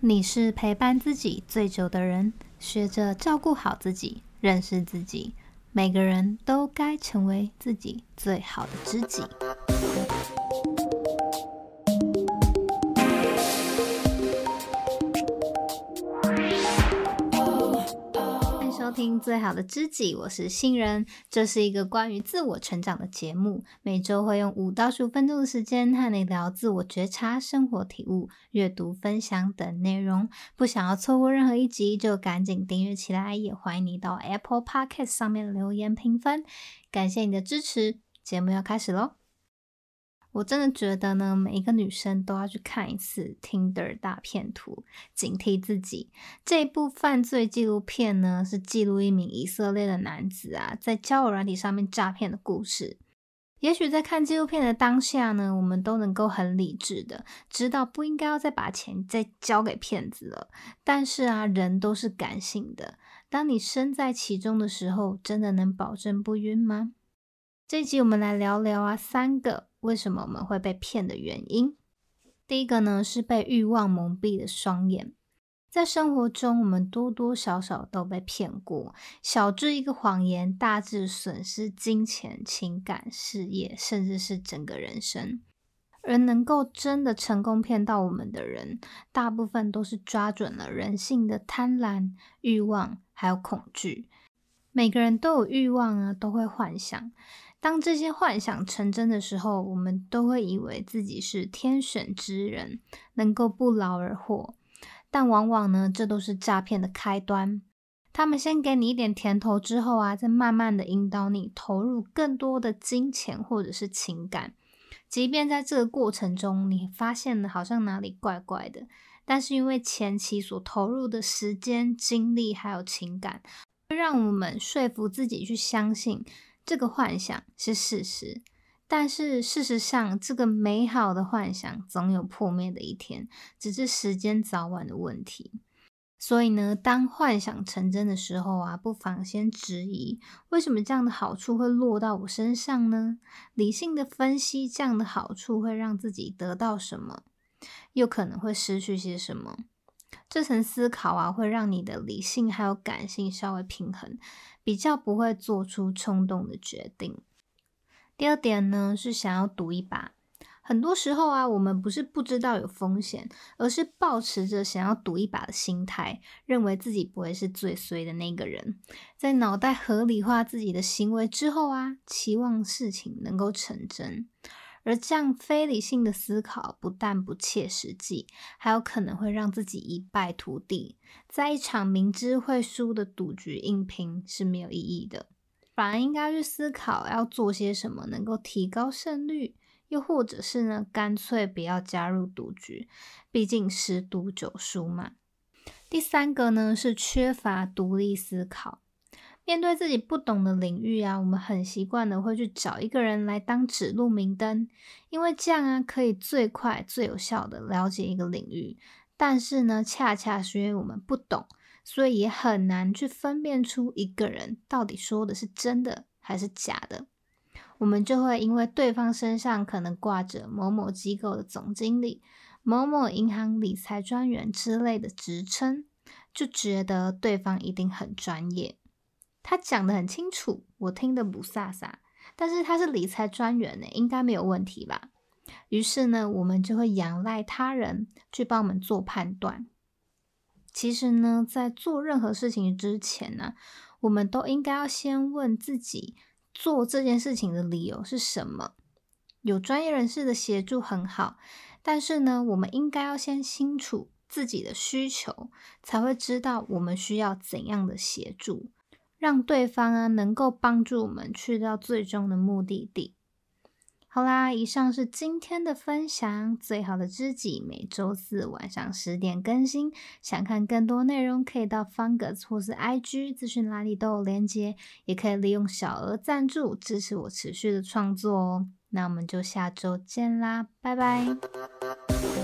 你是陪伴自己最久的人，学着照顾好自己，认识自己。每个人都该成为自己最好的知己。欢迎收听最好的知己，我是新人。这是一个关于自我成长的节目，每周会用5到15分钟的时间和你聊自我觉察、生活体悟、阅读分享等内容。不想要错过任何一集，就赶紧订阅起来，也欢迎你到 Apple Podcast 上面留言评分，感谢你的支持。节目要开始咯。我真的觉得呢，每一个女生都要去看一次 Tinder 大骗图，警惕自己。这一部犯罪纪录片呢，是记录一名以色列的男子在交友软体上面诈骗的故事。也许在看纪录片的当下呢，我们都能够很理智的知道不应该要再把钱再交给骗子了。但是人都是感性的，当你身在其中的时候，真的能保证不晕吗？这一集我们来聊聊3个为什么我们会被骗的原因。第一个呢，是被欲望蒙蔽的双眼。在生活中，我们多多少少都被骗过，小至一个谎言，大至损失金钱、情感、事业，甚至是整个人生。而能够真的成功骗到我们的人，大部分都是抓准了人性的贪婪、欲望还有恐惧。每个人都有欲望都会幻想。当这些幻想成真的时候，我们都会以为自己是天选之人，能够不劳而获。但往往呢，这都是诈骗的开端。他们先给你一点甜头之后再慢慢的引导你投入更多的金钱或者是情感。即便在这个过程中，你发现了好像哪里怪怪的，但是因为前期所投入的时间、精力还有情感，会让我们说服自己去相信这个幻想是事实。但是事实上，这个美好的幻想总有破灭的一天，只是时间早晚的问题。所以呢，当幻想成真的时候不妨先质疑，为什么这样的好处会落到我身上呢？理性的分析这样的好处会让自己得到什么，又可能会失去些什么。这层思考会让你的理性还有感性稍微平衡，比较不会做出冲动的决定。第二点呢，是想要赌一把。很多时候我们不是不知道有风险，而是抱持着想要赌一把的心态，认为自己不会是最衰的那个人。在脑袋合理化自己的行为之后期望事情能够成真。而这样非理性的思考不但不切实际，还有可能会让自己一败涂地。在一场明知会输的赌局硬拼是没有意义的，反而应该去思考要做些什么能够提高胜率，又或者是呢，干脆不要加入赌局，毕竟10赌9输嘛。第3个呢，是缺乏独立思考。面对自己不懂的领域我们很习惯的会去找一个人来当指路明灯，因为这样可以最快最有效的了解一个领域。但是呢，恰恰是因为我们不懂，所以也很难去分辨出一个人到底说的是真的还是假的。我们就会因为对方身上可能挂着某某机构的总经理、某某银行理财专员之类的职称，就觉得对方一定很专业。他讲得很清楚，我听得不飒飒，但是他是理财专员应该没有问题吧。于是呢，我们就会仰赖他人去帮我们做判断。其实呢，在做任何事情之前我们都应该要先问自己，做这件事情的理由是什么。有专业人士的协助很好，但是呢，我们应该要先清楚自己的需求，才会知道我们需要怎样的协助，让对方能够帮助我们去到最终的目的地。好啦，以上是今天的分享。最好的知己每周4晚上10点更新，想看更多内容可以到方格子或是 IG 资讯栏里都有连结，也可以利用小额赞助支持我持续的创作哦。那我们就下周见啦，拜拜。